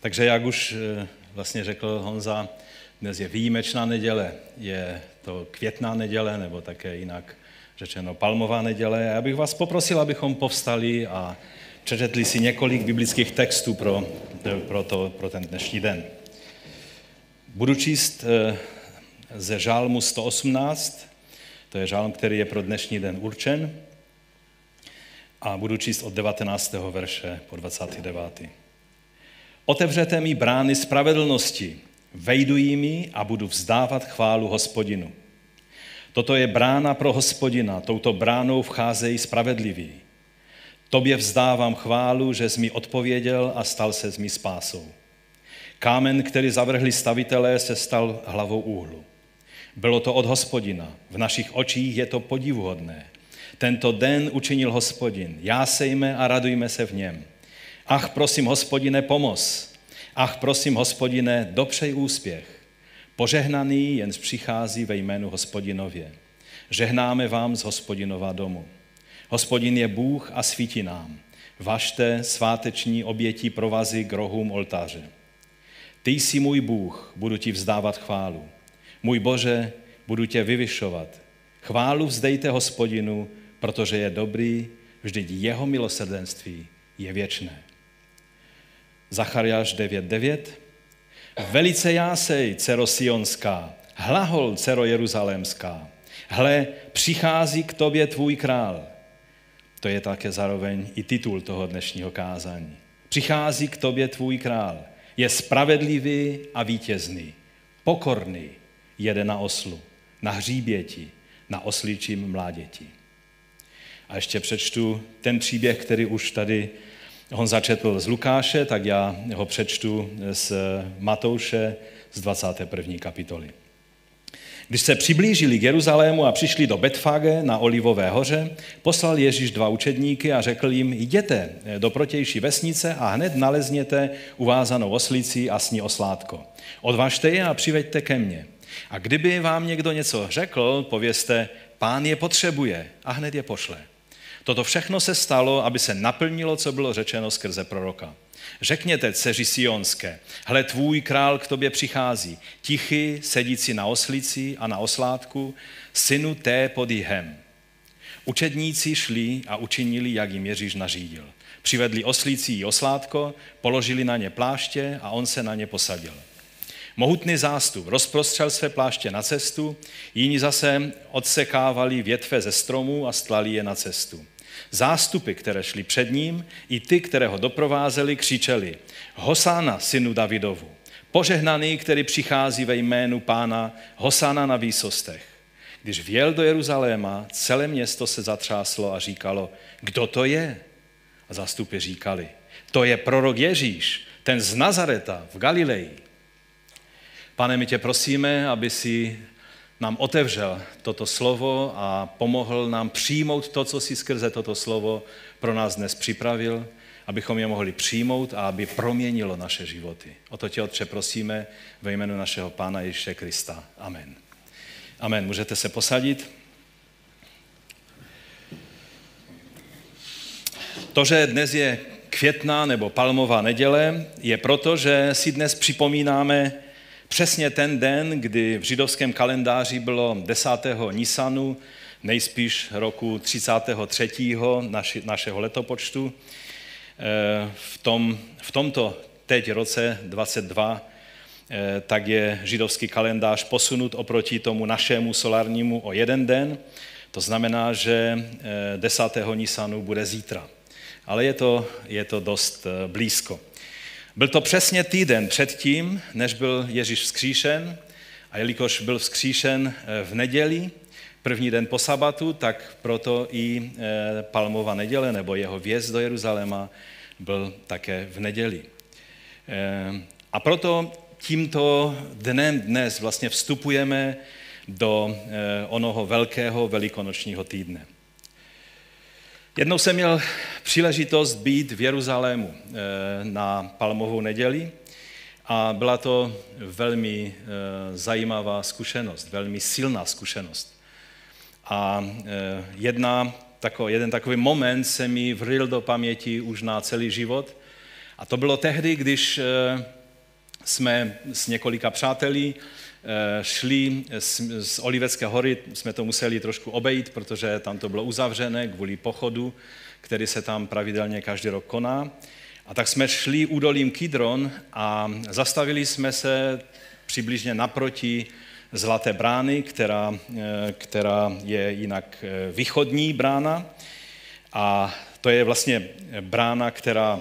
Takže jak už vlastně řekl Honza, dnes je výjimečná neděle, je to květná neděle, nebo také jinak řečeno palmová neděle. Já bych vás poprosil, abychom povstali a přečetli si několik biblických textů pro ten dnešní den. Budu číst ze žálmu 118, to je žálm, který je pro dnešní den určen, a budu číst od 19. verše po 29. Otevřete mi brány spravedlnosti, vejdu jimi a budu vzdávat chválu Hospodinu. Toto je brána pro Hospodina, touto bránou vcházejí spravedliví. Tobě vzdávám chválu, že jsi mi odpověděl a stal se z mí spásou. Kámen, který zavrhli stavitelé, se stal hlavou úhlu. Bylo to od Hospodina, v našich očích je to podivuhodné. Tento den učinil Hospodin, jásejme a radujme se v něm. Ach, prosím, Hospodine, pomoz. Ach, prosím, Hospodine, dopřej úspěch. Požehnaný jen přichází ve jménu Hospodinově. Žehnáme vám z Hospodinova domu. Hospodin je Bůh a svítí nám. Važte sváteční oběti provazy k rohům oltáře. Ty jsi můj Bůh, budu ti vzdávat chválu. Můj Bože, budu tě vyvyšovat. Chválu vzdejte Hospodinu, protože je dobrý, vždyť jeho milosrdenství je věčné. Zachariáš 9:9. Velice jásej, dcero Sionská, hlahol, dcero Jeruzalémská. Hle, přichází k tobě tvůj král. To je také zároveň i titul toho dnešního kázání. Přichází k tobě tvůj král. Je spravedlivý a vítězný. Pokorný, jede na oslu, na hříběti, na osličím mláděti. A ještě přečtu ten příběh, který už tady on začetl z Lukáše, tak já ho přečtu z Matouše z 21. kapitoly. Když se přiblížili k Jeruzalému a přišli do Betfage na Olivové hoře, poslal Ježíš 2 učedníky a řekl jim, jděte do protější vesnice a hned nalezněte uvázanou oslici a s ní oslátko. Odvažte je a přiveďte ke mně. A kdyby vám někdo něco řekl, povězte, Pán je potřebuje a hned je pošle. Toto všechno se stalo, aby se naplnilo, co bylo řečeno skrze proroka. Řekněte, dceři Sionské, hle, tvůj král k tobě přichází, tichý, sedící na oslici a na oslátku, synu té pod jihem. Učedníci šli a učinili, jak jim Ježíš nařídil. Přivedli oslici i oslátko, položili na ně pláště a on se na ně posadil. Mohutný zástup rozprostřel své pláště na cestu, jiní zase odsekávali větve ze stromů a stlali je na cestu. Zástupy, které šly před ním, i ty, které ho doprovázeli, křičeli: Hosána, synu Davidovu, požehnaný, který přichází ve jménu Pána, hosána na výsostech. Když vjel do Jeruzaléma, celé město se zatřáslo a říkalo: Kdo to je? A zástupy říkali: To je prorok Ježíš, ten z Nazareta v Galileji. Pane, my tě prosíme, aby si nám otevřel toto slovo a pomohl nám přijmout to, co si skrze toto slovo pro nás dnes připravil, abychom je mohli přijmout a aby proměnilo naše životy. O to tě, Otče, prosíme ve jménu našeho Pána Ježíše Krista. Amen. Amen. Můžete se posadit. To, že dnes je květná nebo palmová neděle, je proto, že si dnes připomínáme přesně ten den, kdy v židovském kalendáři bylo 10. Nisanu, nejspíš roku 33. našeho letopočtu. V tomto teď roce 22 tak je židovský kalendář posunut oproti tomu našemu solárnímu o jeden den. To znamená, že 10. Nisanu bude zítra. Ale je to dost blízko. Byl to přesně týden předtím, než byl Ježíš vzkříšen, a jelikož byl vzkříšen v neděli, první den po sabatu, tak proto i palmová neděle nebo jeho vjezd do Jeruzaléma byl také v neděli. A proto tímto dnem dnes vlastně vstupujeme do onoho velkého velikonočního týdne. Jednou jsem měl příležitost být v Jeruzalému na palmovou neděli a byla to velmi zajímavá zkušenost, velmi silná zkušenost. A jeden takový moment se mi vryl do paměti už na celý život A to bylo tehdy, když jsme s několika přáteli šli z Olivecké hory, jsme to museli trošku obejít, protože tam to bylo uzavřené kvůli pochodu, který se tam pravidelně každý rok koná. A tak jsme šli údolím Kidron a zastavili jsme se přibližně naproti Zlaté brány, která je jinak východní brána. A to je vlastně brána, která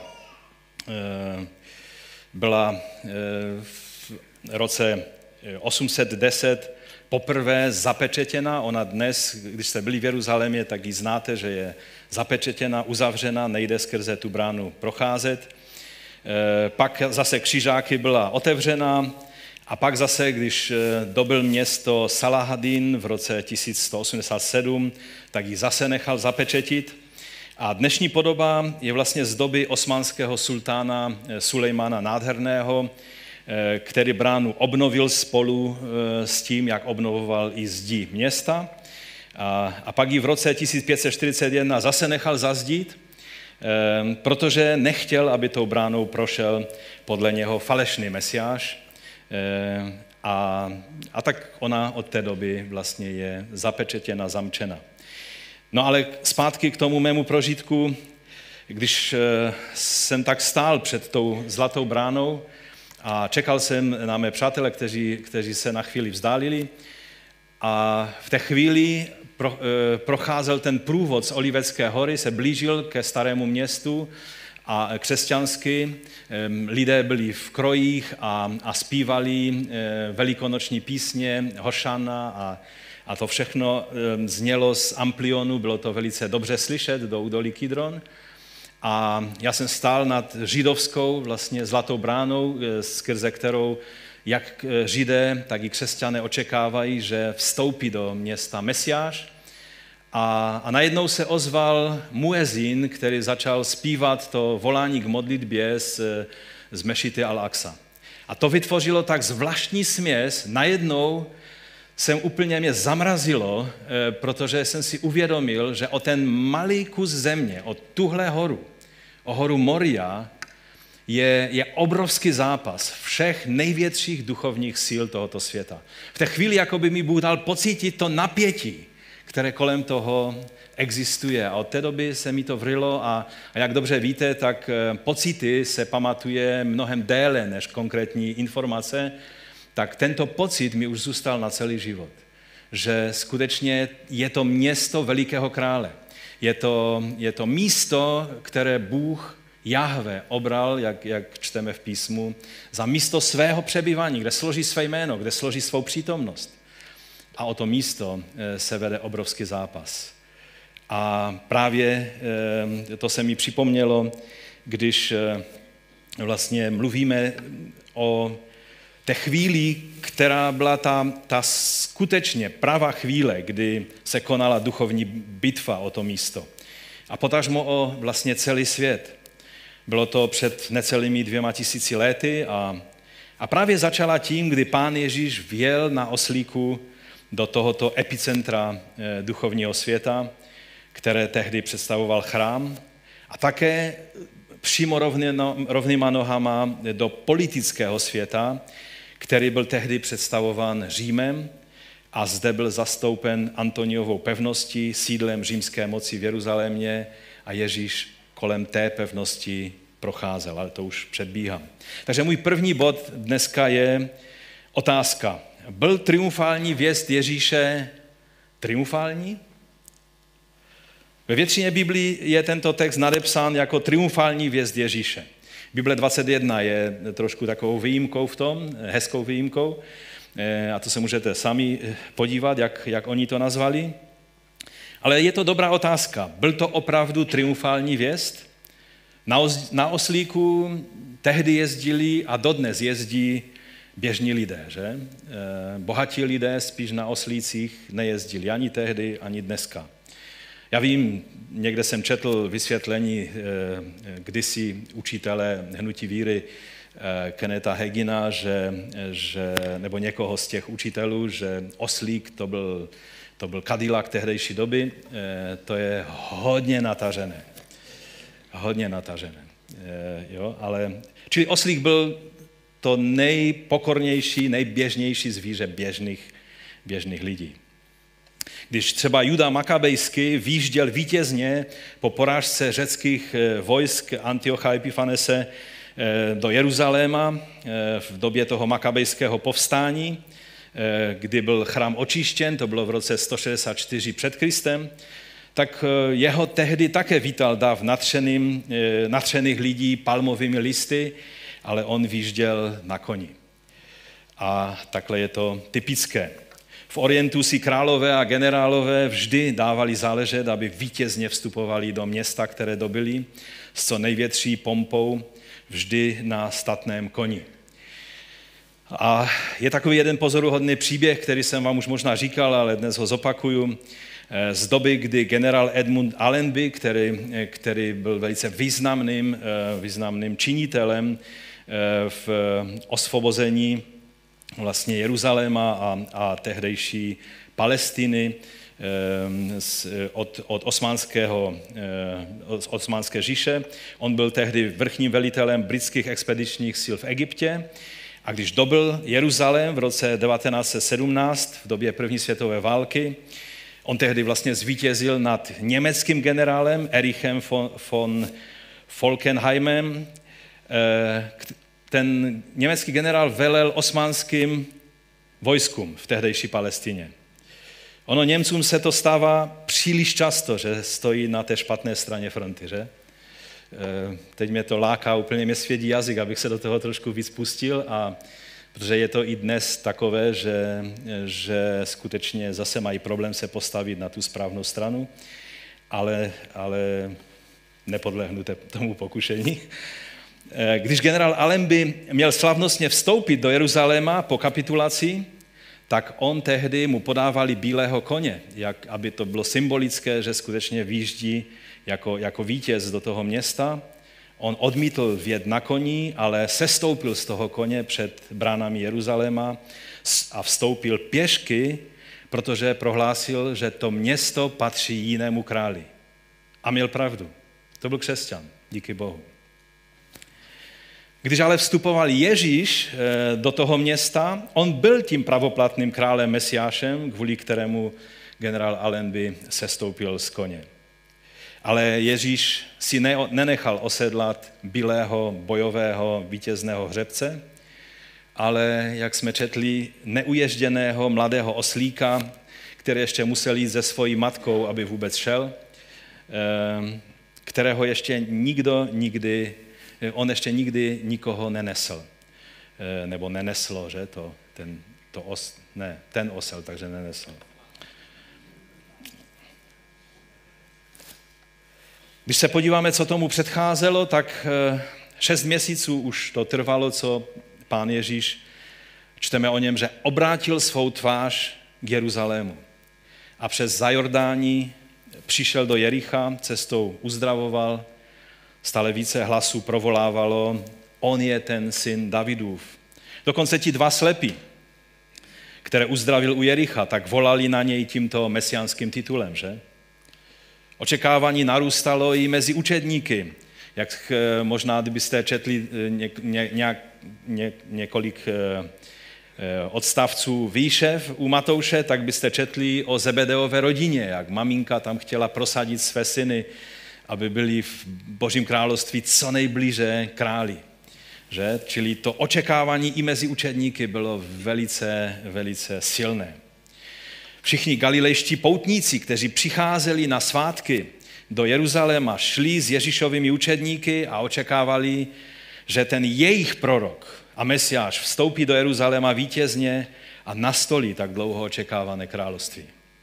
byla v roce 810 poprvé zapečetěna. Ona dnes, když jste byli v Jeruzalémě, tak ji znáte, že je zapečetěna, uzavřena, nejde skrze tu bránu procházet. Pak zase křižáky byla otevřena a pak zase, když dobyl město Salahadin v roce 1187, tak ji zase nechal zapečetit. A dnešní podoba je vlastně z doby osmanského sultána Sulejmana Nádherného, který bránu obnovil spolu s tím, jak obnovoval i zdi města. A pak ji v roce 1541 zase nechal zazdít, protože nechtěl, aby tou bránou prošel podle něho falešný mesiáš. A tak ona od té doby vlastně je zapečetěna, zamčena. No ale zpátky k tomu mému prožitku, když jsem tak stál před tou zlatou bránou a čekal jsem na mé přátele, kteří se na chvíli vzdálili, a v té chvíli procházel ten průvod z Olivecké hory, se blížil ke Starému městu a křesťansky. Lidé byli v krojích a zpívali velikonoční písně, Hošana a to všechno znělo z amplionu, bylo to velice dobře slyšet do údolí Kidron. A já jsem stál nad židovskou vlastně zlatou bránou, skrze kterou jak Židé, tak i křesťané očekávají, že vstoupí do města Mesiáš. A najednou se ozval muezin, který začal zpívat to volání k modlitbě z mešity Al-Aqsa. A to vytvořilo tak zvláštní směs, najednou mě zamrazilo, protože jsem si uvědomil, že o ten malý kus země, o tuhle horu, o horu Moria, je obrovský zápas všech největších duchovních sil tohoto světa. V té chvíli, jako by mi Bůh dal pocítit to napětí, které kolem toho existuje. A od té doby se mi to vrylo a jak dobře víte, tak pocity se pamatuje mnohem déle než konkrétní informace, tak tento pocit mi už zůstal na celý život. Že skutečně je to město velikého krále. Je to místo, které Bůh Jahve obral, jak čteme v písmu, za místo svého přebývání, kde složí své jméno, kde složí svou přítomnost. A o to místo se vede obrovský zápas. A právě to se mi připomnělo, když vlastně mluvíme o té chvíli, která byla ta skutečně pravá chvíle, kdy se konala duchovní bitva o to místo. A potažmo o vlastně celý svět. Bylo to před necelými 2000 lety a právě začala tím, kdy Pán Ježíš vjel na oslíku do tohoto epicentra duchovního světa, které tehdy představoval chrám, a také přímo rovnýma nohama do politického světa, který byl tehdy představován Římem a zde byl zastoupen Antoniovou pevností, sídlem římské moci v Jeruzalémě, a Ježíš kolem té pevnosti procházel, ale to už předbíhám. Takže můj první bod dneska je otázka. Byl triumfální vjezd Ježíše triumfální? Ve většině Biblii je tento text nadepsán jako triumfální vjezd Ježíše. Bible 21 je trošku takovou výjimkou v tom, hezkou výjimkou, a to se můžete sami podívat, jak oni to nazvali. Ale je to dobrá otázka. Byl to opravdu triumfální vjezd? Na oslíku tehdy jezdili a dodnes jezdí běžní lidé, že? Bohatí lidé spíš na oslících nejezdili ani tehdy, ani dneska. Já vím, někde jsem četl vysvětlení kdysi učitele hnutí víry Kenneta Hagina, nebo někoho z těch učitelů, že oslík to byl Cadillac tehdejší doby, to je hodně natažené. Hodně natažené. Čili oslík byl to nejpokornější, nejběžnější zvíře běžných lidí. Když třeba Juda Makabejský výjížděl vítězně po porážce řeckých vojsk Antiocha Epifanese do Jeruzaléma v době toho makabejského povstání, kdy byl chrám očištěn, to bylo v roce 164 před Kristem, tak jeho tehdy také vítal dav natřených lidí palmovými listy, ale on výjížděl na koni. A takhle je to typické. V Orientu si králové a generálové vždy dávali záležet, aby vítězně vstupovali do města, které dobyli, s co největší pompou, vždy na statném koni. A je takový jeden pozoruhodný příběh, který jsem vám už možná říkal, ale dnes ho zopakuju, z doby, kdy generál Edmund Allenby, který byl velice významným činitelem v osvobození vlastně Jeruzaléma a tehdejší Palestiny od osmanské říše. On byl tehdy vrchním velitelem britských expedičních sil v Egyptě a když dobyl Jeruzalém v roce 1917 v době první světové války, on tehdy vlastně zvítězil nad německým generálem Erichem von Falkenhaymem. Ten německý generál velel osmanským vojskům v tehdejší Palestině. Ono Němcům se to stává příliš často, že stojí na té špatné straně fronty, že? Teď mě to láká, úplně mě svědí jazyk, abych se do toho trošku víc pustil, protože je to i dnes takové, že skutečně zase mají problém se postavit na tu správnou stranu, ale nepodlehnu tomu pokušení. Když generál Allenby měl slavnostně vstoupit do Jeruzaléma po kapitulaci, tak on tehdy mu podávali bílého koně, aby to bylo symbolické, že skutečně výjíždí jako vítěz do toho města. On odmítl vjet na koni, ale sestoupil z toho koně před bránami Jeruzaléma a vstoupil pěšky, protože prohlásil, že to město patří jinému králi. A měl pravdu. To byl křesťan, díky Bohu. Když ale vstupoval Ježíš do toho města, on byl tím pravoplatným králem Mesiášem, kvůli kterému generál Allenby sestoupil z koně. Ale Ježíš si nenechal osedlat bílého, bojového, vítězného hřebce, ale, jak jsme četli, neuježděného mladého oslíka, který ještě musel jít se svojí matkou, aby vůbec šel, kterého ještě on ještě nikdy nikoho nenesl. Nebo neneslo, že? Ten osel, takže nenesl. Když se podíváme, co tomu předcházelo, tak 6 měsíců už to trvalo, co Pán Ježíš, čteme o něm, že obrátil svou tvář k Jeruzalému. A přes Zajordání přišel do Jericha, cestou uzdravoval, stále více hlasů provolávalo, on je ten syn Davidův. Dokonce ti 2 slepí, které uzdravil u Jericha, tak volali na něj tímto mesiánským titulem, že? Očekávání narůstalo i mezi učedníky. Jak možná, kdybyste četli několik odstavců výše u Matouše, tak byste četli o Zebedeové rodině, jak maminka tam chtěla prosadit své syny, aby byli v Božím království co nejblíže králi. Že? Čili to očekávání i mezi učedníky bylo velice, velice silné. Všichni galilejští poutníci, kteří přicházeli na svátky do Jeruzaléma, šli s Ježíšovými učedníky a očekávali, že ten jejich prorok a Mesiáš vstoupí do Jeruzaléma vítězně a nastolí tak dlouho očekávané království.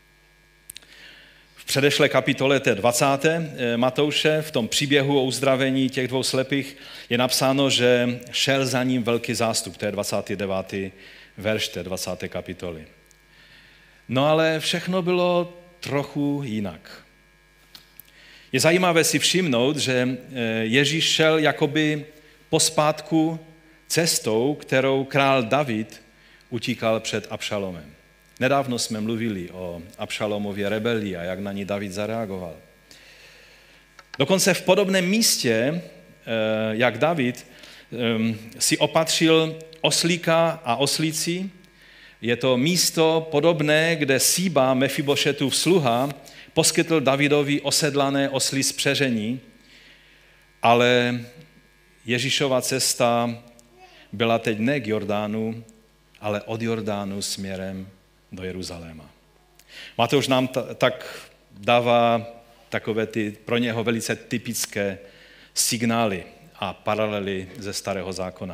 V předešlé kapitole té 20. Matouše, v tom příběhu o uzdravení těch 2 slepých, je napsáno, že šel za ním velký zástup, to je 29. verš té 20. kapitoly. No ale všechno bylo trochu jinak. Je zajímavé si všimnout, že Ježíš šel jakoby pospátku cestou, kterou král David utíkal před Abšalomem. Nedávno jsme mluvili o Abšalomově rebelii a jak na ní David zareagoval. Dokonce v podobném místě jak David si opatřil oslíka a oslíci. Je to místo podobné, kde Síba, Mefibošetův sluha, poskytl Davidovi osedlané oslí spřežení, ale Ježíšova cesta byla teď ne k Jordánu, ale od Jordánu směrem do Jeruzaléma. Matouš nám tak dává takové ty pro něho velice typické signály a paralely ze Starého zákona.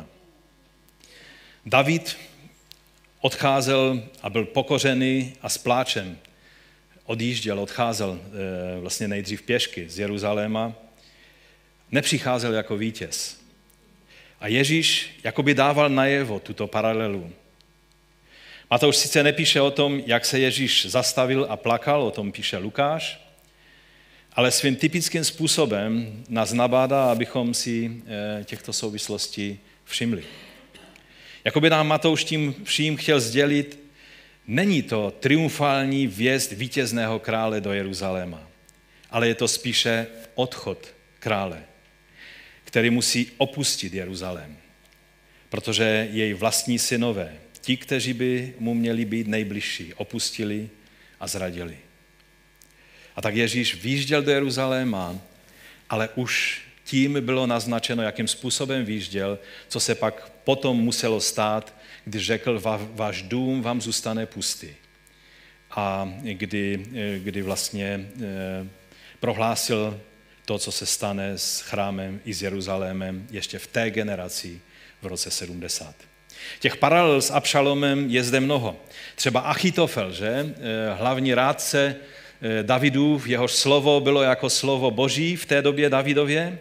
David odcházel a byl pokořený a s pláčem odcházel vlastně nejdřív pěšky z Jeruzaléma, nepřicházel jako vítěz. A Ježíš jakoby dával najevo tuto paralelu. Matouš sice nepíše o tom, jak se Ježíš zastavil a plakal, o tom píše Lukáš, ale svým typickým způsobem nás nabádá, abychom si těchto souvislostí všimli. Jakoby nám Matouš tím vším chtěl sdělit, není to triumfální vjezd vítězného krále do Jeruzaléma, ale je to spíše odchod krále, který musí opustit Jeruzalém, protože jej vlastní synové, ti, kteří by mu měli být nejbližší, opustili a zradili. A tak Ježíš výjížděl do Jeruzaléma, ale už tím bylo naznačeno, jakým způsobem výjížděl, co se pak potom muselo stát, když řekl, váš dům vám zůstane pustý. A kdy vlastně prohlásil to, co se stane s chrámem i s Jeruzalémem ještě v té generaci v roce 70. Těch paralel s Abšalomem je zde mnoho. Třeba Achitofel, že? Hlavní rádce Davidův, jehož slovo bylo jako slovo Boží v té době Davidově.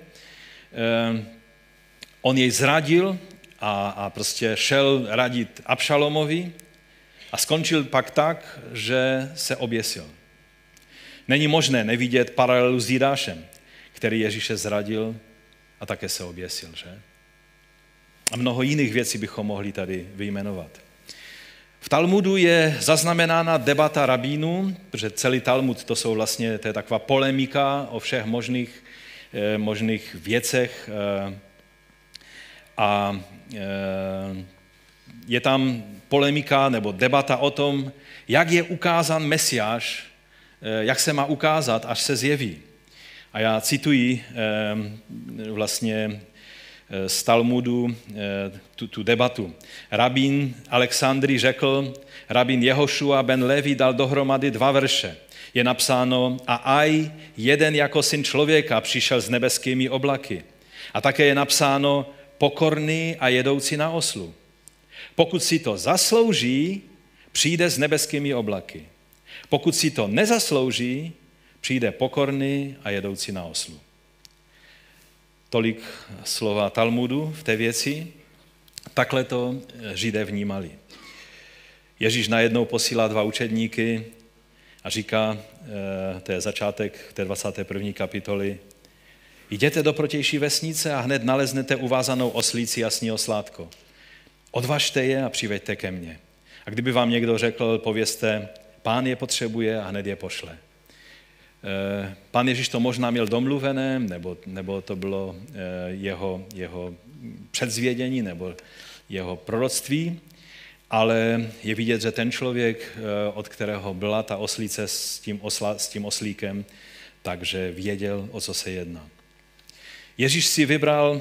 On jej zradil a prostě šel radit Abšalomovi a skončil pak tak, že se oběsil. Není možné nevidět paralelu s Jidášem, který Ježíše zradil a také se oběsil, že? A mnoho jiných věcí bychom mohli tady vyjmenovat. V Talmudu je zaznamenána debata rabínů, protože celý Talmud to je taková polemika o všech možných věcech a je tam polemika nebo debata o tom, jak je ukázán Mesiáš, jak se má ukázat, až se zjeví. A já cituji vlastně z Talmudu tu debatu. Rabín Alexandri řekl, rabín Jehošua ben Levi dal dohromady 2 verše. Je napsáno, a aj jeden jako syn člověka přišel s nebeskými oblaky. A také je napsáno, pokorný a jedoucí na oslu. Pokud si to zaslouží, přijde s nebeskými oblaky. Pokud si to nezaslouží, přijde pokorný a jedoucí na oslu. Tolik slova Talmudu v té věci. Takhle to Židé vnímali. Ježíš najednou posílá 2 učedníky a říká, to je začátek té 21. kapitoly, jděte do protější vesnice a hned naleznete uvázanou oslíci a s ní oslátko. Odvažte je a přiveďte ke mně. A kdyby vám někdo řekl, povězte, Pán je potřebuje a hned je pošle. Pán Ježíš to možná měl domluvené, nebo to bylo jeho předzvědění, nebo jeho proroctví, ale je vidět, že ten člověk, od kterého byla ta oslíce s tím oslíkem, takže věděl, o co se jedná. Ježíš si vybral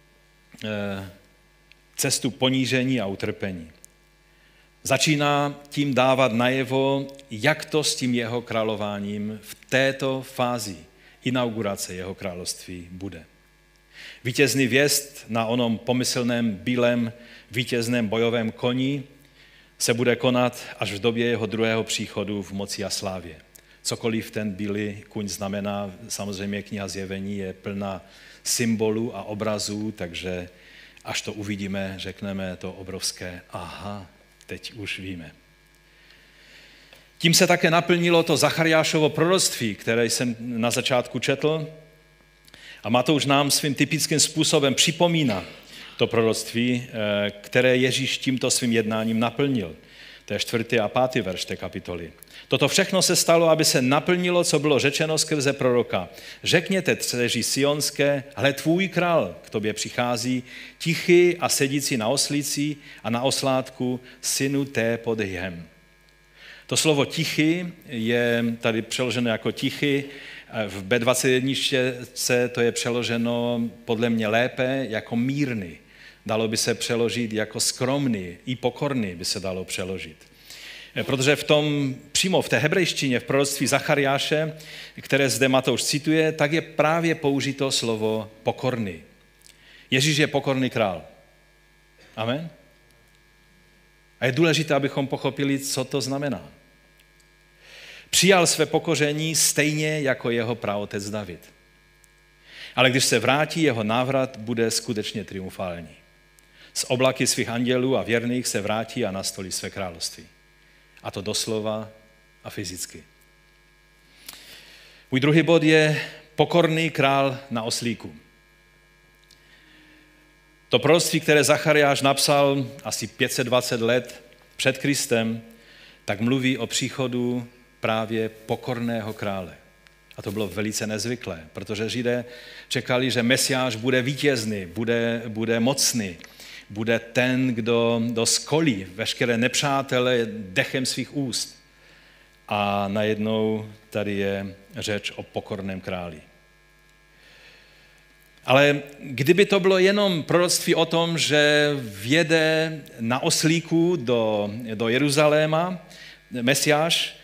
cestu ponížení a utrpení. Začíná tím dávat najevo, jak to s tím jeho králováním v této fázi inaugurace jeho království bude. Vítězný vjezd na onom pomyslném bílém vítězném bojovém koni se bude konat až v době jeho druhého příchodu v moci a slávě. Cokoliv ten bílý kuň znamená, samozřejmě kniha Zjevení je plná symbolů a obrazů, takže až to uvidíme, řekneme to obrovské aha, teď už víme. Tím se také naplnilo to Zachariášovo proroctví, které jsem na začátku četl, a Matouš nám svým typickým způsobem připomíná to proroctví, které Ježíš tímto svým jednáním naplnil. To je 4. a 5. verš té kapitoly. Toto všechno se stalo, aby se naplnilo, co bylo řečeno skrze proroka. Řekněte dceři sionské, hle, tvůj král k tobě přichází, tichý a sedící na oslíci a na oslátku synu té pod jihem. To slovo tichý je tady přeloženo jako tichý. V B21 to je přeloženo podle mě lépe jako mírný. Dalo by se přeložit jako skromný, i pokorný by se dalo přeložit. Protože přímo v té hebrejštině, v proroctví Zachariáše, které zde Matouš cituje, tak je právě použito slovo pokorný. Ježíš je pokorný král. Amen? A je důležité, abychom pochopili, co to znamená. Přijal své pokoření stejně jako jeho praotec David. Ale když se vrátí, jeho návrat bude skutečně triumfální. Z oblaky svých andělů a věrných se vrátí a nastolí své království. A to doslova a fyzicky. Můj druhý bod je pokorný král na oslíku. To proroctví, které Zachariáš napsal asi 520 let před Kristem, tak mluví o příchodu právě pokorného krále. A to bylo velice nezvyklé, protože Židé čekali, že Mesiáš bude vítězný, bude mocný, bude ten, kdo skolí veškeré nepřátele dechem svých úst. A najednou tady je řeč o pokorném králi. Ale kdyby to bylo jenom proroctví o tom, že vjede na oslíku do Jeruzaléma Mesiáš,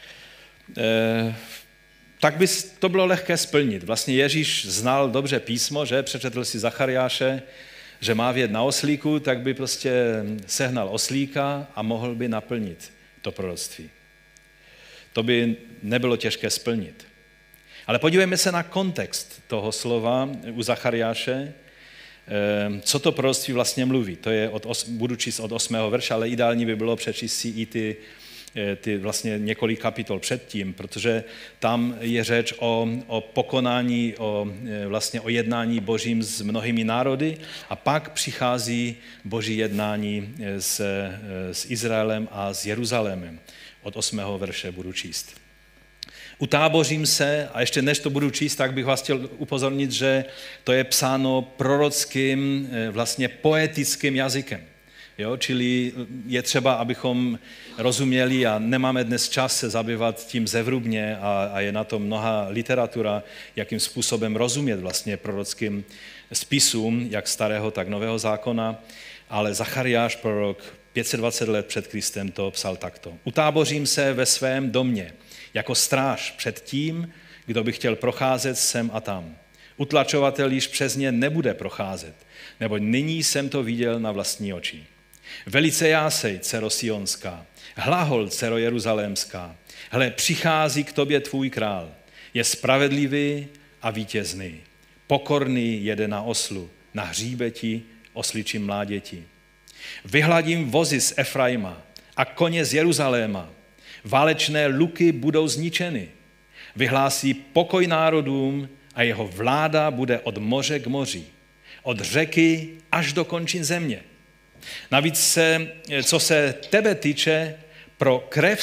tak by to bylo lehké splnit. Vlastně Ježíš znal dobře písmo, že přečetl si Zachariáše, že má vjet na oslíku, tak by prostě sehnal oslíka a mohl by naplnit to proroctví. To by nebylo těžké splnit. Ale podívejme se na kontext toho slova u Zachariáše, co to proroctví vlastně mluví. To je budu číst od 8. verše, ale ideální by bylo přečíst si i ty vlastně několik kapitol předtím, protože tam je řeč o pokonání, vlastně o jednání Božím s mnohými národy a pak přichází Boží jednání s Izraelem a s Jeruzalémem. Od 8. verše budu číst. Utábořím se, a ještě než to budu číst, tak bych vás chtěl upozornit, že to je psáno prorockým, vlastně poetickým jazykem. Jo, čili je třeba, abychom rozuměli, a nemáme dnes čas se zabývat tím zevrubně a je na to mnoha literatura, jakým způsobem rozumět vlastně prorockým spisům, jak starého, tak nového zákona, ale Zachariáš prorok 520 let před Kristem to psal takto. Utábořím se ve svém domě jako stráž před tím, kdo by chtěl procházet sem a tam. Utlačovatel již přes ně nebude procházet, neboť nyní jsem to viděl na vlastní oči. Velice jásej, dcero Sionská, hlahol, dcero Jeruzalémská, hle, přichází k tobě tvůj král, je spravedlivý a vítězný, pokorný jede na oslu, na hříbeti osličím mláděti. Vyhladím vozy z Efraima a koně z Jeruzaléma, válečné luky budou zničeny, vyhlásí pokoj národům a jeho vláda bude od moře k moři, od řeky až do končin země. Navíc co se tebe týče, pro krev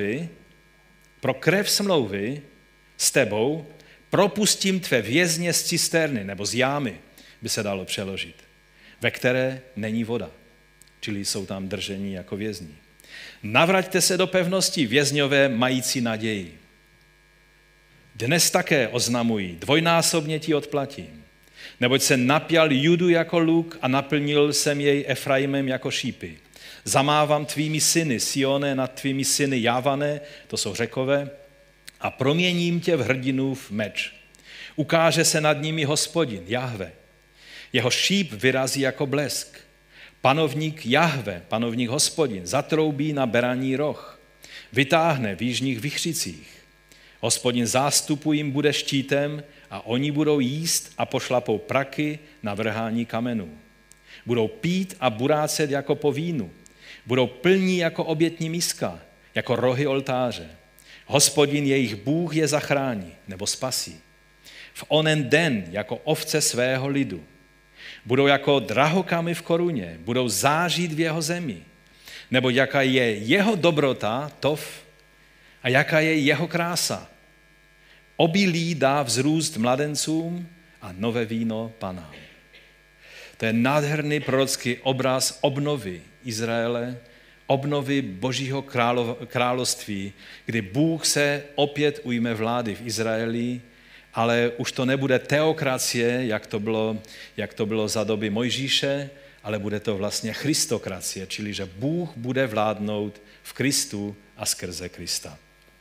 smlouvy s tebou propustím tvé vězně z cisterny nebo z jámy, by se dalo přeložit, ve které není voda, čili jsou tam držení jako vězni. Navraťte se do pevnosti, vězňové mající naději. Dnes také oznamuji, dvojnásobně ti odplatím. Neboť se napjal Judu jako luk a naplnil jsem jej Efraimem jako šípy. Zamávám tvými syny, Sione, nad tvými syny Javané, to jsou Řekové, a proměním tě v hrdinův meč. Ukáže se nad nimi Hospodin, Jahve. Jeho šíp vyrazí jako blesk. Panovník Jahve, panovník Hospodin, zatroubí na beraní roh. Vytáhne v jižních vichřicích. Hospodin zástupu jim bude štítem a oni budou jíst a pošlapou praky na vrhání kamenů. Budou pít a burácet jako po vínu. Budou plní jako obětní miska, jako rohy oltáře. Hospodin jejich Bůh je zachrání nebo spasí. V onen den jako ovce svého lidu. Budou jako drahokamy v koruně, budou zářit v jeho zemi. nebo jaká je jeho dobrota, tov, a jaká je jeho krása. Obilí dá vzrůst mladencům a nové víno panám. To je nádherný prorocký obraz obnovy Izraele, obnovy Božího království, kdy Bůh se opět ujme vlády v Izraeli, ale už to nebude teokracie, jak to bylo za doby Mojžíše, ale bude to vlastně christokracie, čili že Bůh bude vládnout v Kristu a skrze Krista.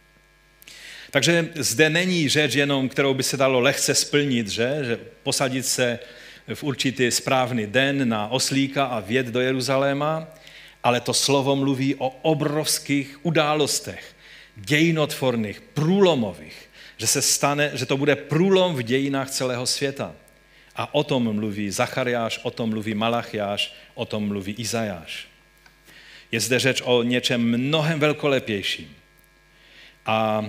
Takže zde není řeč jenom, kterou by se dalo lehce splnit, že posadit se v určitý správný den na oslíka a vjet do Jeruzaléma, ale to slovo mluví o obrovských událostech, dějinotvorných, průlomových, že to bude průlom v dějinách celého světa. A o tom mluví Zachariáš, o tom mluví Malachiáš, o tom mluví Izajáš. Je zde řeč o něčem mnohem velkolepějším. A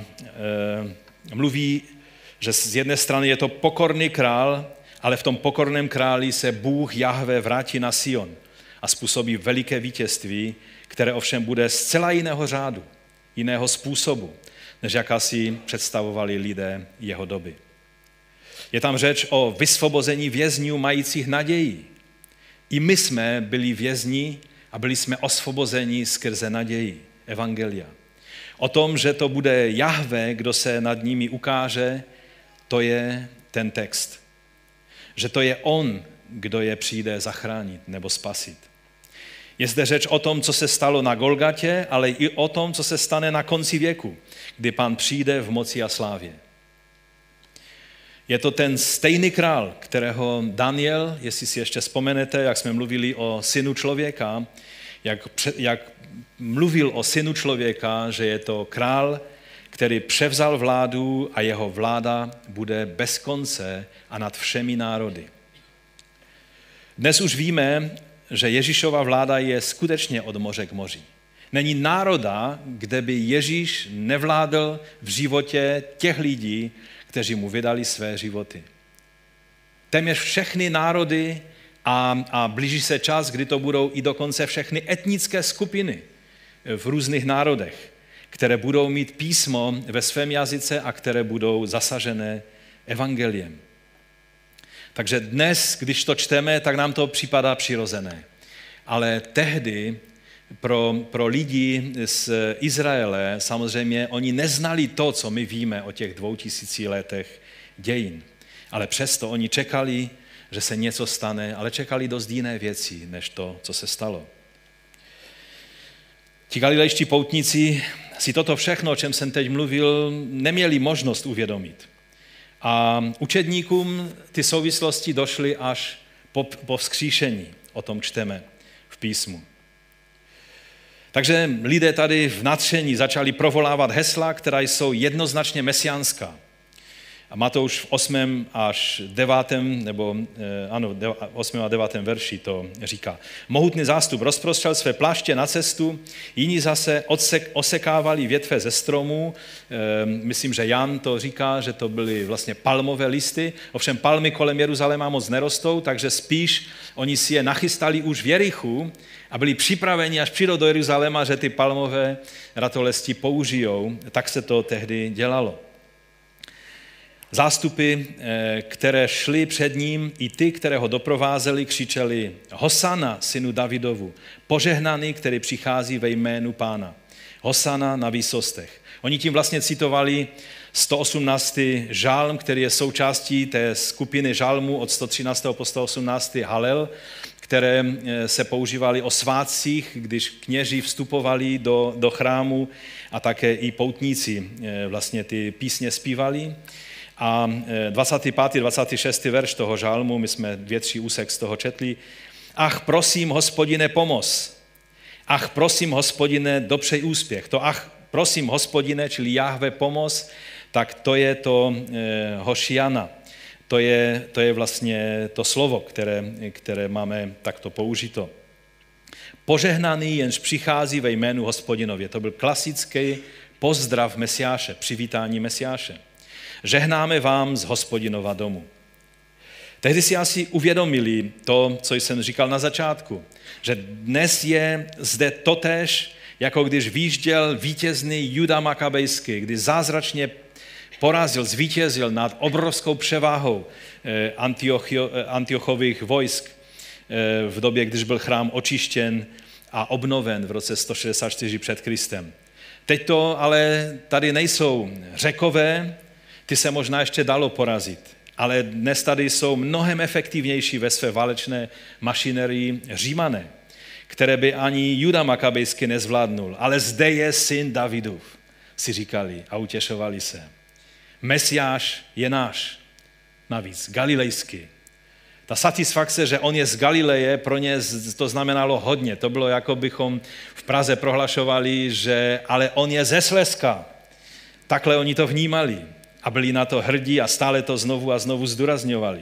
mluví, že z jedné strany je to pokorný král, ale v tom pokorném králi se Bůh Jahve vrátí na Sion a způsobí veliké vítězství, které ovšem bude zcela jiného řádu, jiného způsobu, než jaká si představovali lidé jeho doby. Je tam řeč o vysvobození vězňů majících naději. I my jsme byli vězni a byli jsme osvobozeni skrze naději, evangelia. O tom, že to bude Jahve, kdo se nad nimi ukáže, to je ten text. Že to je on, kdo je přijde zachránit nebo spasit. Je zde řeč o tom, co se stalo na Golgatě, ale i o tom, co se stane na konci věku, kdy Pán přijde v moci a slávě. Je to ten stejný král, kterého Daniel, jestli si ještě vzpomenete, jak jsme mluvili o synu člověka, jak mluvil o synu člověka, že je to král, který převzal vládu a jeho vláda bude bez konce a nad všemi národy. Dnes už víme, že Ježíšova vláda je skutečně od moře k moři. Není národa, kde by Ježíš nevládl v životě těch lidí, kteří mu vydali své životy. Téměř všechny národy a blíží se čas, kdy to budou i dokonce všechny etnické skupiny v různých národech, které budou mít písmo ve svém jazyce a které budou zasažené evangeliem. Takže dnes, když to čteme, tak nám to připadá přirozené. Ale tehdy pro lidi z Izraele samozřejmě oni neznali to, co my víme o těch 2000 letech dějin. Ale přesto oni čekali, že se něco stane, ale čekali dost jiné věci, než to, co se stalo. Ti galilejští poutníci si toto všechno, o čem jsem teď mluvil, neměli možnost uvědomit. A učedníkům ty souvislosti došly až po vzkříšení, o tom čteme v písmu. Takže lidé tady v nadšení začali provolávat hesla, která jsou jednoznačně mesiánská. A Matouš v 8. až 9. nebo 8. a 9. verši to říká. Mohutný zástup rozprostřel své pláště na cestu, jiní zase osekávali větve ze stromů. Myslím, že Jan to říká, že to byly vlastně palmové listy. Ovšem palmy kolem Jeruzaléma moc nerostou, takže spíš oni si je nachystali už v Jerichu a byli připraveni, až přijdou do Jeruzaléma, že ty palmové ratolesti použijou. Tak se to tehdy dělalo. Zástupy, které šly před ním, i ty, které ho doprovázeli, křičeli Hosana, synu Davidovu, požehnaný, který přichází ve jménu Pána. Hosana na výsostech. Oni tím vlastně citovali 118. žálm, který je součástí té skupiny žálmů od 113. po 118. Halel, které se používaly o svátcích, když kněží vstupovali do chrámu a také i poutníci vlastně ty písně zpívali. A 25. 26. verš toho žálmu, my jsme 2-3 úsek z toho četli. Ach, prosím, Hospodine, pomoz. Ach, prosím, Hospodine, dopřej úspěch. To ach, prosím, Hospodine, čili Jahve, pomoz, tak to je to Hošiana. To je vlastně to slovo, které máme takto použito. Požehnaný, jenž přichází ve jménu Hospodinově. To byl klasický pozdrav Mesiáše, přivítání Mesiáše. Žehnáme vám z Hospodinova domu. Tehdy si asi uvědomili to, co jsem říkal na začátku, že dnes je zde totéž, jako když výjížděl vítězný Juda Makabejský, kdy zázračně zvítězil nad obrovskou převáhou Antiochových vojsk v době, když byl chrám očištěn a obnoven v roce 164 před Kristem. Teď to ale tady nejsou Řekové, ty se možná ještě dalo porazit, ale dnes tady jsou mnohem efektivnější ve své válečné mašinerii Římané, které by ani Juda Makabejský nezvládnul. Ale zde je syn Davidův, si říkali a utěšovali se. Mesiáš je náš, navíc galilejský. Ta satisfakce, že on je z Galileje, pro ně to znamenalo hodně. To bylo, jako bychom v Praze prohlašovali, že ale on je ze Slezska. Takhle oni to vnímali a byli na to hrdí a stále to znovu a znovu zdůrazňovali.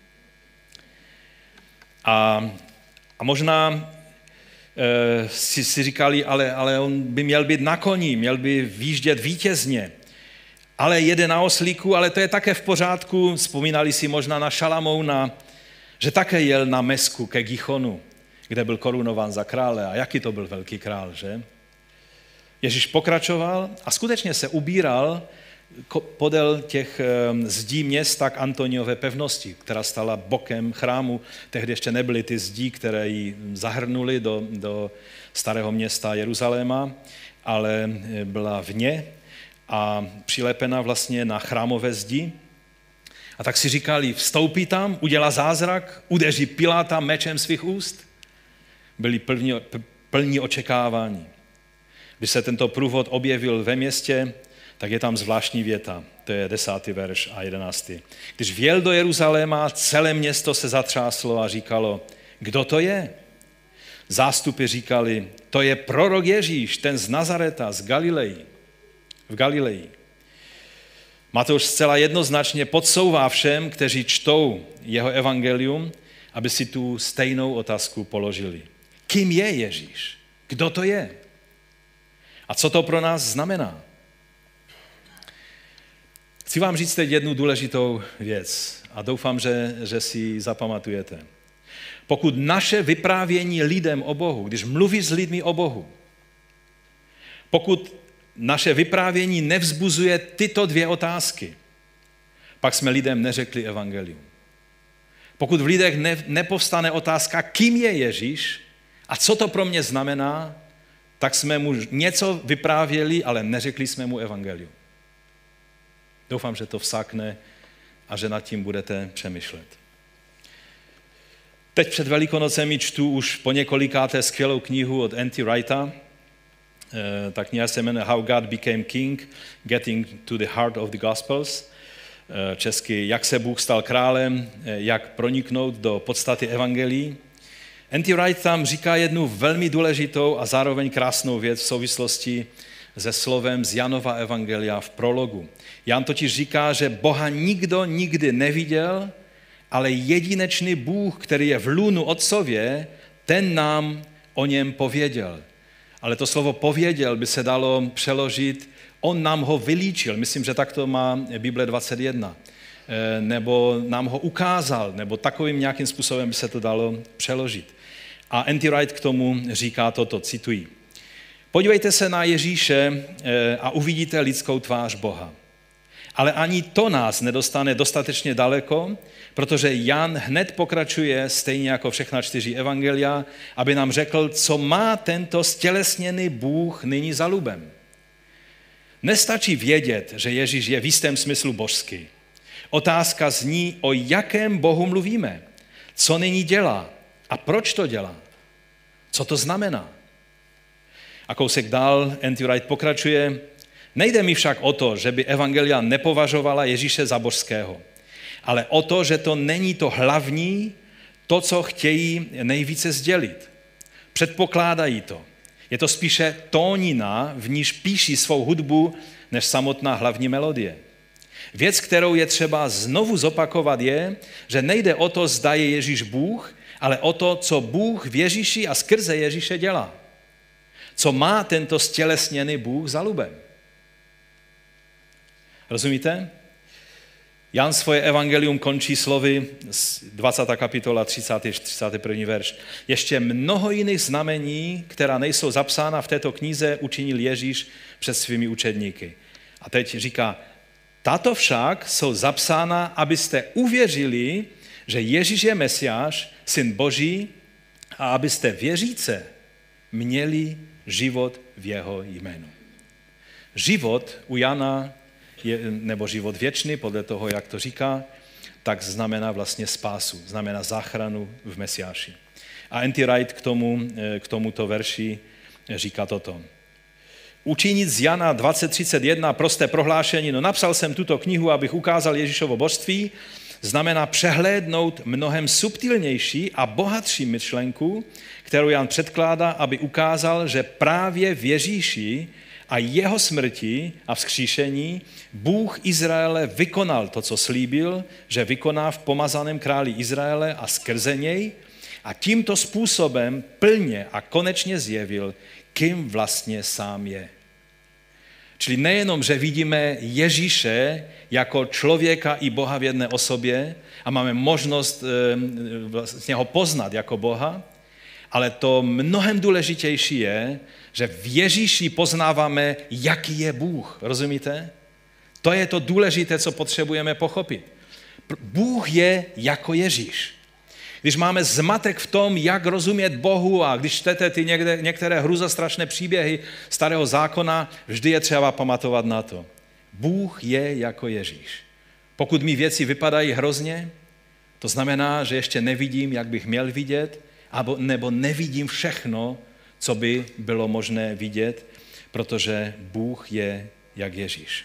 A možná si říkali, ale on by měl být na koni, měl by výjíždět vítězně. Ale jede na oslíku, ale to je také v pořádku. Vzpomínali si možná na Šalamouna, že také jel na Mesku ke Gichonu, kde byl korunován za krále. A jaký to byl velký král, že? Ježíš pokračoval a skutečně se ubíral podél těch zdí města k Antoniové pevnosti, která stala bokem chrámu. Tehdy ještě nebyly ty zdí, které ji zahrnuly do starého města Jeruzaléma, ale byla vně a přilepena vlastně na chrámové zdi. A tak si říkali, vstoupí tam, udělá zázrak, udeří Piláta mečem svých úst. Byli plní očekávání. Když se tento průvod objevil ve městě, tak je tam zvláštní věta, to je 10. verš a 11. Když vjel do Jeruzaléma, celé město se zatřáslo a říkalo, kdo to je? Zástupy říkali, to je prorok Ježíš, ten z Nazareta, z Galileji, v Galileji. Matouš zcela jednoznačně podsouvá všem, kteří čtou jeho evangelium, aby si tu stejnou otázku položili. Kým je Ježíš? Kdo to je? A co to pro nás znamená? Chci vám říct teď jednu důležitou věc a doufám, že si ji zapamatujete. Pokud naše vyprávění lidem o Bohu, když mluvíš s lidmi o Bohu, pokud naše vyprávění nevzbuzuje tyto dvě otázky, pak jsme lidem neřekli evangelium. Pokud v lidech nepovstane otázka, kým je Ježíš a co to pro mě znamená, tak jsme mu něco vyprávěli, ale neřekli jsme mu evangelium. Doufám, že to vsákne a že nad tím budete přemýšlet. Teď před Velikonocemi čtu už po několikáté skvělou knihu od N.T. Wrighta. Ta kniha se jmenuje How God Became King, Getting to the Heart of the Gospels. Česky, jak se Bůh stal králem, jak proniknout do podstaty evangelií. N.T. Wright tam říká jednu velmi důležitou a zároveň krásnou věc v souvislosti se slovem z Janova evangelia v prologu. Jan totiž říká, že Boha nikdo nikdy neviděl, ale jedinečný Bůh, který je v lůnu Otcově, ten nám o něm pověděl. Ale to slovo pověděl by se dalo přeložit, on nám ho vylíčil, myslím, že tak to má Bible 21, nebo nám ho ukázal, nebo takovým nějakým způsobem by se to dalo přeložit. A N.T. Wright k tomu říká toto, cituji. Podívejte se na Ježíše a uvidíte lidskou tvář Boha. Ale ani to nás nedostane dostatečně daleko, protože Jan hned pokračuje, stejně jako všechna 4 evangelia, aby nám řekl, co má tento stělesněný Bůh nyní za lubem. Nestačí vědět, že Ježíš je v jistém smyslu božský. Otázka zní, o jakém Bohu mluvíme, co nyní dělá a proč to dělá, co to znamená. A kousek dál N.T. Wright pokračuje, nejde mi však o to, že by evangelia nepovažovala Ježíše za božského, ale o to, že to není to hlavní, to, co chtějí nejvíce sdělit. Předpokládají to. Je to spíše tónina, v níž píší svou hudbu, než samotná hlavní melodie. Věc, kterou je třeba znovu zopakovat, je, že nejde o to, zda je Ježíš Bůh, ale o to, co Bůh v Ježíši a skrze Ježíše dělá. Co má tento stělesněný Bůh za lubem. Rozumíte? Jan svoje evangelium končí slovy, 20. kapitola, 31. verš. Ještě mnoho jiných znamení, která nejsou zapsána v této knize, učinil Ježíš před svými učedníky. A teď říká, tato však jsou zapsána, abyste uvěřili, že Ježíš je Mesiáš, Syn Boží, a abyste věříce měli život v jeho jménu. Život u Jana, nebo život věčný, podle toho, jak to říká, tak znamená vlastně spásu, znamená záchranu v Mesiáši. A N.T. Wright k tomuto verši říká toto. Učinit z Jana 20:31 prosté prohlášení, no napsal jsem tuto knihu, abych ukázal Ježíšovo božství, znamená přehlédnout mnohem subtilnější a bohatší myšlenku, kterou Jan předkládá, aby ukázal, že právě v Ježíši a jeho smrti a vzkříšení Bůh Izraele vykonal to, co slíbil, že vykoná v pomazaném králi Izraele a skrze něj a tímto způsobem plně a konečně zjevil, kým vlastně sám je. Čili nejenom, že vidíme Ježíše jako člověka i Boha v jedné osobě a máme možnost vlastně ho poznat jako Boha, ale to mnohem důležitější je, že v Ježíši poznáváme, jaký je Bůh. Rozumíte? To je to důležité, co potřebujeme pochopit. Bůh je jako Ježíš. Když máme zmatek v tom, jak rozumět Bohu a když čtete ty některé hruzostrašné příběhy Starého zákona, vždy je třeba pamatovat na to. Bůh je jako Ježíš. Pokud mi věci vypadají hrozně, to znamená, že ještě nevidím, jak bych měl vidět, nebo nevidím všechno, co by bylo možné vidět, protože Bůh je jak Ježíš.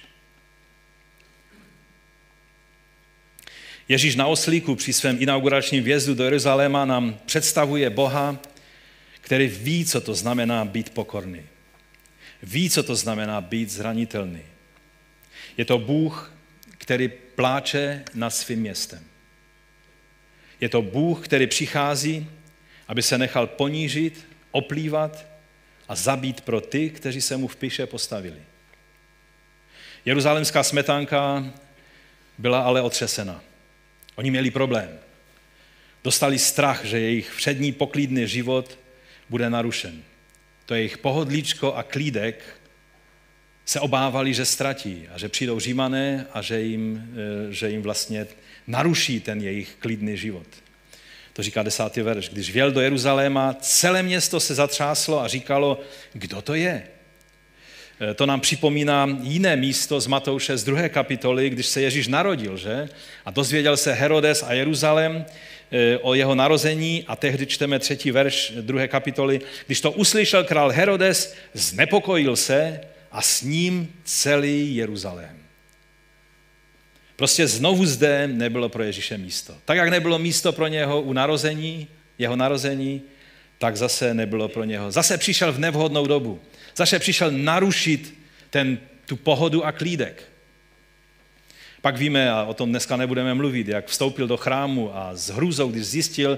Ježíš na oslíku při svém inauguračním vjezdu do Jeruzaléma nám představuje Boha, který ví, co to znamená být pokorný. Ví, co to znamená být zranitelný. Je to Bůh, který pláče nad svým městem. Je to Bůh, který přichází, aby se nechal ponížit, oplývat a zabít pro ty, kteří se mu v píše postavili. Jeruzalémská smetánka byla ale otřesena. Oni měli problém. Dostali strach, že jejich všední poklidný život bude narušen. To jejich pohodlíčko a klídek se obávali, že ztratí a že přijdou Římané a že jim vlastně naruší ten jejich klidný život. To říká 10. verš. Když vjel do Jeruzaléma, celé město se zatřáslo a říkalo, kdo to je? To nám připomíná jiné místo z Matouše z 2. kapitoly, když se Ježíš narodil, že? A dozvěděl se Herodes a Jeruzalém o jeho narození a tehdy čteme 3. verš 2. kapitoly. Když to uslyšel král Herodes, znepokojil se a s ním celý Jeruzalém. Prostě znovu zde nebylo pro Ježíše místo. Tak, jak nebylo místo pro něho u jeho narození, tak zase nebylo pro něho. Zase přišel v nevhodnou dobu. Zase přišel narušit tu pohodu a klídek. Pak víme, a o tom dneska nebudeme mluvit, jak vstoupil do chrámu a s hrůzou, když zjistil,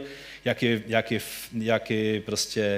jaký prostě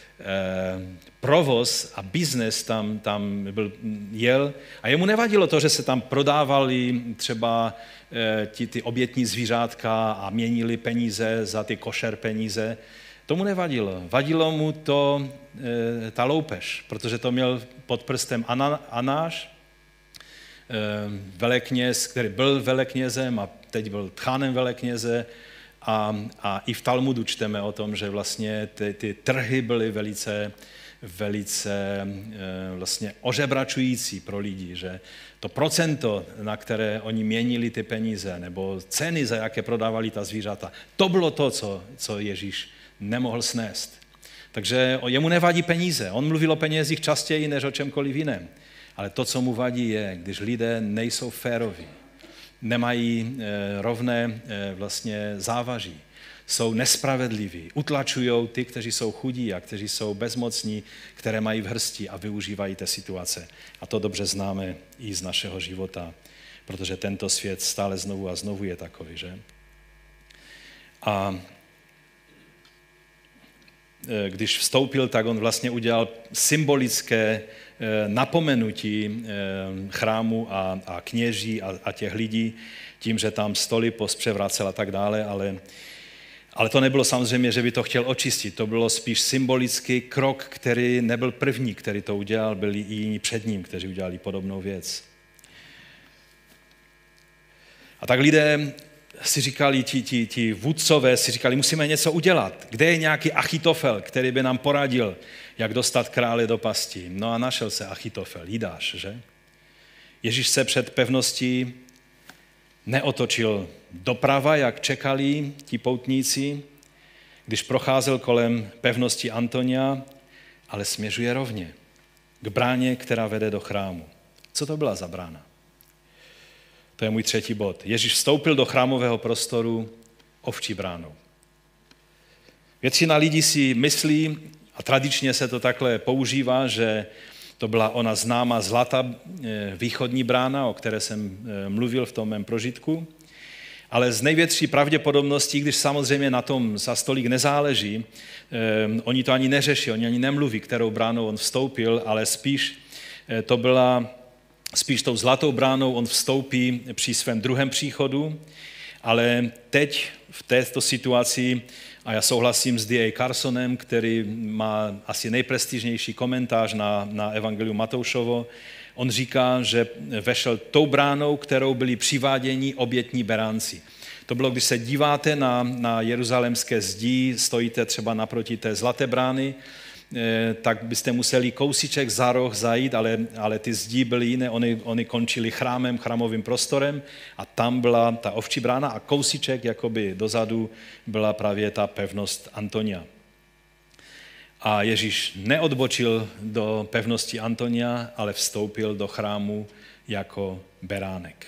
provoz a biznes tam jel. A jemu nevadilo to, že se tam prodávali třeba ty obětní zvířátka a měnili peníze za ty košer peníze. Tomu nevadilo. Vadilo mu ta loupež, protože to měl pod prstem Anáš, velekněz, který byl veleknězem a teď byl tchánem velekněze. A i v Talmudu čteme o tom, že vlastně ty trhy byly velice vlastně ožebračující pro lidi, že to procento, na které oni měnili ty peníze, nebo ceny, za jaké prodávali ta zvířata, to bylo to, co Ježíš nemohl snést. Takže jemu nevadí peníze. On mluvil o penězích častěji než o čemkoliv jiném. Ale to, co mu vadí, je, když lidé nejsou féroví, nemají rovné vlastně závaží, jsou nespravedliví, utlačují ty, kteří jsou chudí a kteří jsou bezmocní, které mají v hrsti a využívají té situace. A to dobře známe i z našeho života, protože tento svět stále znovu a znovu je takový, že? A když vstoupil, tak on vlastně udělal symbolické napomenutí chrámu a kněží a těch lidí tím, že tam stoly pospřevracel a tak dále, ale to nebylo samozřejmě, že by to chtěl očistit. To bylo spíš symbolický krok, který nebyl první, který to udělal, byli i jiní před ním, kteří udělali podobnou věc. A tak lidé si říkali, ti vůdcové si říkali, musíme něco udělat. Kde je nějaký Achitofel, který by nám poradil, jak dostat krále do pasti? No a našel se Achitofel, Jidáš, že? Ježíš se před pevností neotočil doprava, jak čekali ti poutníci, když procházel kolem pevnosti Antonia, ale směřuje rovně k bráně, která vede do chrámu. Co to byla za brána? To je můj třetí bod. Ježíš vstoupil do chrámového prostoru ovčí bránou. Většina lidí si myslí, a tradičně se to takhle používá, že to byla ona známá zlatá východní brána, o které jsem mluvil v tom mém prožitku, ale z největší pravděpodobností, když samozřejmě na tom za stolik nezáleží, oni to ani neřeší, oni ani nemluví, kterou bránou on vstoupil, ale spíš to byla spíš tou zlatou bránou on vstoupí při svém druhém příchodu, ale teď v této situaci, a já souhlasím s D.A. Carsonem, který má asi nejprestižnější komentář na Evangelium Matoušovo, on říká, že vešel tou bránou, kterou byli přiváděni obětní beránci. To bylo, když se díváte na jeruzalémské zdi, stojíte třeba naproti té zlaté brány, tak byste museli kousíček za roh zajít, ale ty zdi byly jiné, oni končili chrámem, chrámovým prostorem a tam byla ta ovčí brána a kousíček jakoby dozadu byla právě ta pevnost Antonia. A Ježíš neodbočil do pevnosti Antonia, ale vstoupil do chrámu jako beránek.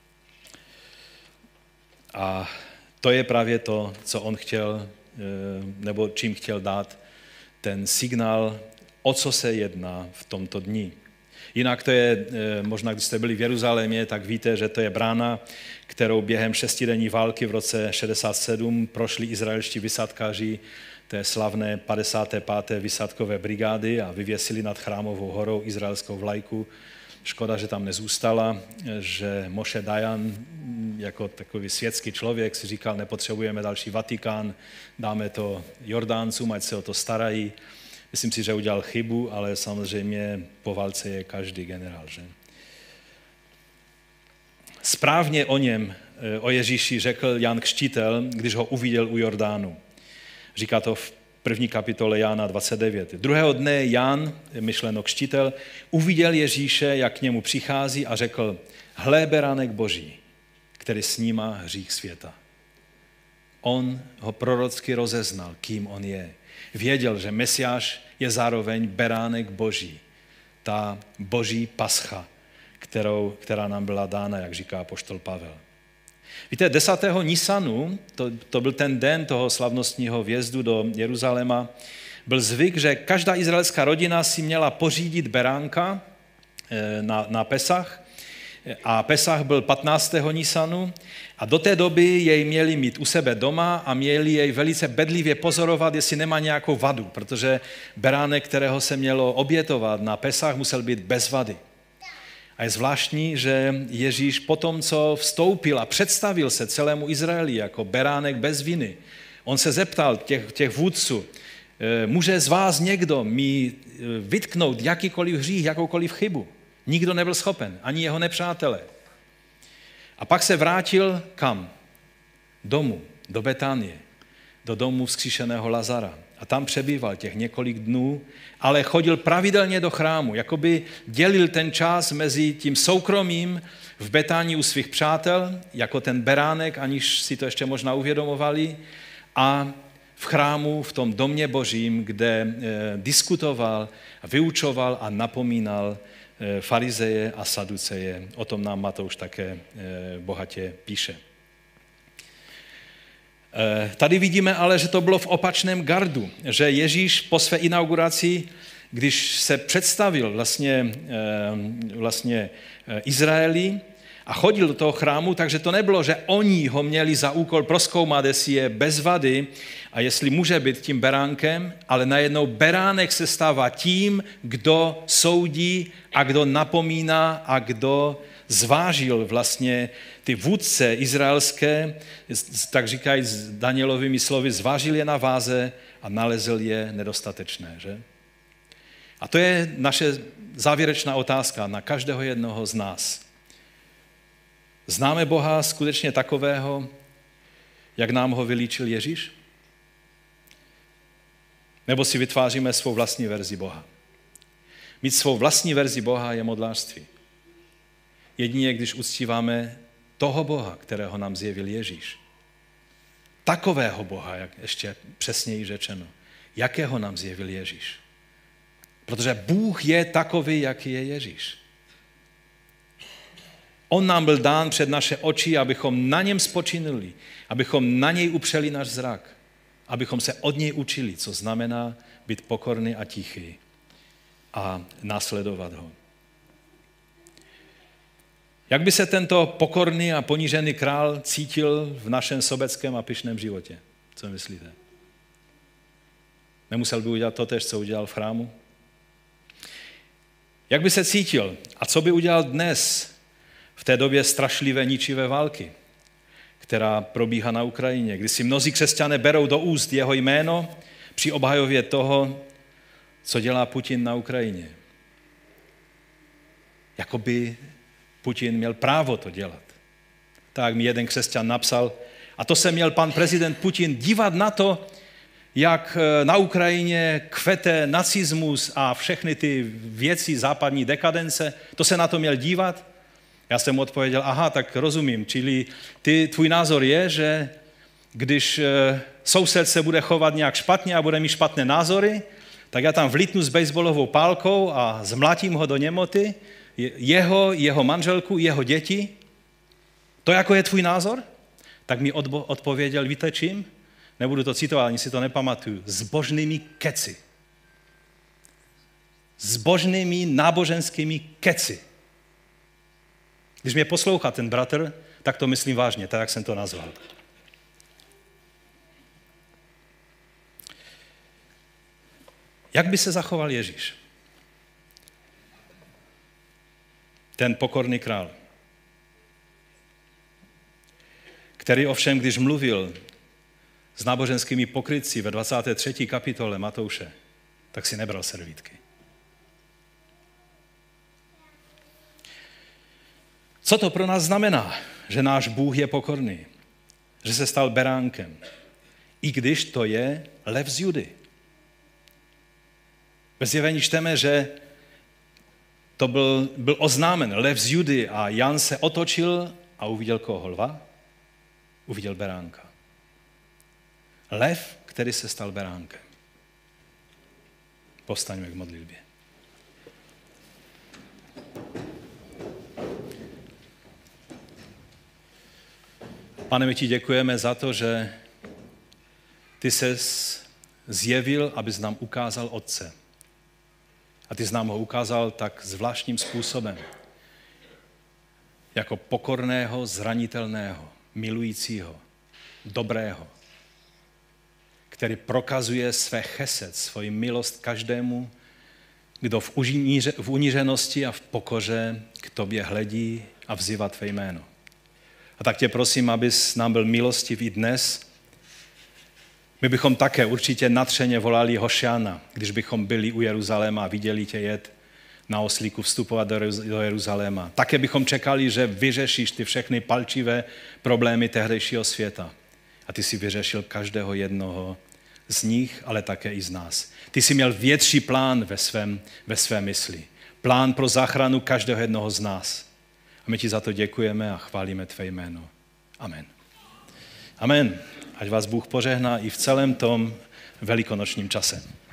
A to je právě to, co on chtěl, nebo čím chtěl dát ten signál, o co se jedná v tomto dni. Jinak to je, možná když jste byli v Jeruzalémě, tak víte, že to je brána, kterou během šestidenní války v roce 67 prošli izraelští vysádkaři té slavné 55. vysádkové brigády a vyvěsili nad Chrámovou horou izraelskou vlajku. Škoda, že tam nezůstala, že Moshe Dayan jako takový světský člověk si říkal, nepotřebujeme další Vatikán, dáme to Jordáncům, ať se o to starají. Myslím si, že udělal chybu, ale samozřejmě po válce je každý generál. Že? Správně o něm, o Ježíši řekl Jan Křtitel, když ho uviděl u Jordánu. Říká to v 1. kapitole Jána 29. Druhého dne Jan, myšleno Křtitel, uviděl Ježíše, jak k němu přichází a řekl, hle beránek Boží, který snímá hřích světa. On ho prorocky rozeznal, kým on je. Věděl, že Mesiáš je zároveň beránek Boží. Ta Boží pascha, která nám byla dána, jak říká apoštol Pavel. Víte, 10. Nisanu, to byl ten den toho slavnostního vjezdu do Jeruzaléma, byl zvyk, že každá izraelská rodina si měla pořídit beránka na Pesach. A Pesach byl 15. Nisanu a do té doby jej měli mít u sebe doma a měli jej velice bedlivě pozorovat, jestli nemá nějakou vadu, protože beránek, kterého se mělo obětovat na Pesach, musel být bez vady. A je zvláštní, že Ježíš potom, co vstoupil a představil se celému Izraeli jako beránek bez viny, on se zeptal těch vůdců, může z vás někdo mi vytknout jakýkoliv hřích, jakoukoliv chybu? Nikdo nebyl schopen, ani jeho nepřátelé. A pak se vrátil kam? Domů, do Betánie, do domu vzkříšeného Lazara. A tam přebýval těch několik dnů, ale chodil pravidelně do chrámu, jakoby dělil ten čas mezi tím soukromím v Betánii u svých přátel, jako ten beránek, aniž si to ještě možná uvědomovali, a v chrámu, v tom domě Božím, kde diskutoval, vyučoval a napomínal farizeje a saduceje. O tom nám Matouš také bohatě píše. Tady vidíme ale, že to bylo v opačném gardu, že Ježíš po své inauguraci, když se představil vlastně Izraeli a chodil do toho chrámu, takže to nebylo, že oni ho měli za úkol prozkoumat, jestli je bez vady a jestli může být tím beránkem, ale najednou beránek se stává tím, kdo soudí a kdo napomíná a kdo zvážil vlastně ty vůdce izraelské, tak říkají s Danielovými slovy, zvážil je na váze a nalezl je nedostatečné. Že? A to je naše závěrečná otázka na každého jednoho z nás. Známe Boha skutečně takového, jak nám ho vylíčil Ježíš? Nebo si vytváříme svou vlastní verzi Boha? Mít svou vlastní verzi Boha je modlářství. Jedině, když uctíváme toho Boha, kterého nám zjevil Ježíš. Takového Boha, jak ještě přesněji řečeno. Jakého nám zjevil Ježíš. Protože Bůh je takový, jaký je Ježíš. On nám byl dán před naše oči, abychom na něm spočinuli, abychom na něj upřeli náš zrak, abychom se od něj učili, co znamená být pokorný a tichý a následovat ho. Jak by se tento pokorný a ponížený král cítil v našem sobeckém a pyšném životě? Co myslíte? Nemusel by udělat totéž, co udělal v chrámu? Jak by se cítil? A co by udělal dnes v té době strašlivé ničivé války, která probíhá na Ukrajině, kdy si mnozí křesťané berou do úst jeho jméno při obhajově toho, co dělá Putin na Ukrajině? Jakoby Putin měl právo to dělat. Tak mi jeden křesťan napsal, a to se měl pan prezident Putin dívat na to, jak na Ukrajině kvete nacismus a všechny ty věci západní dekadence, to se na to měl dívat? Já jsem mu odpověděl, aha, tak rozumím, čili tvůj názor je, že když soused se bude chovat nějak špatně a bude mít špatné názory, tak já tam vlítnu s baseballovou pálkou a zmlátím ho do němoty, jeho manželku, jeho děti. To jako je tvůj názor? Tak mi odpověděl, víte čím? Nebudu to citovat, ani si to nepamatuju. Zbožnými keci. Zbožnými náboženskými keci. Když mě poslouchá ten bratr, tak to myslím vážně, tak jak jsem to nazval. Jak by se zachoval Ježíš? Ten pokorný král, který ovšem, když mluvil s náboženskými pokrytci ve 23. kapitole Matouše, tak si nebral servítky. Co to pro nás znamená, že náš Bůh je pokorný, že se stal beránkem, i když to je lev z Judy? Ve Zjevení čteme, že to byl oznámen lev z Judy a Jan se otočil a uviděl koho? Lva? Uviděl beránka. Lev, který se stal beránkem. Povstaňme k modlitbě. Pane, my ti děkujeme za to, že ty ses zjevil, abys nám ukázal Otce. A ty jsi nám ho ukázal tak zvláštním způsobem. Jako pokorného, zranitelného, milujícího, dobrého, který prokazuje své chesed, svoji milost každému, kdo v uníženosti a v pokoře k tobě hledí a vzývá tvé jméno. A tak tě prosím, abys nám byl milostiv i dnes. My bychom také určitě nadšeně volali Hošiana, když bychom byli u Jeruzaléma a viděli tě jet na oslíku vstupovat do Jeruzaléma. Také bychom čekali, že vyřešíš ty všechny palčivé problémy tehdejšího světa. A ty jsi vyřešil každého jednoho z nich, ale také i z nás. Ty jsi měl větší plán ve své mysli. Plán pro záchranu každého jednoho z nás. A my ti za to děkujeme a chválíme tvé jméno. Amen. Amen. Ať vás Bůh požehná i v celém tom velikonočním čase.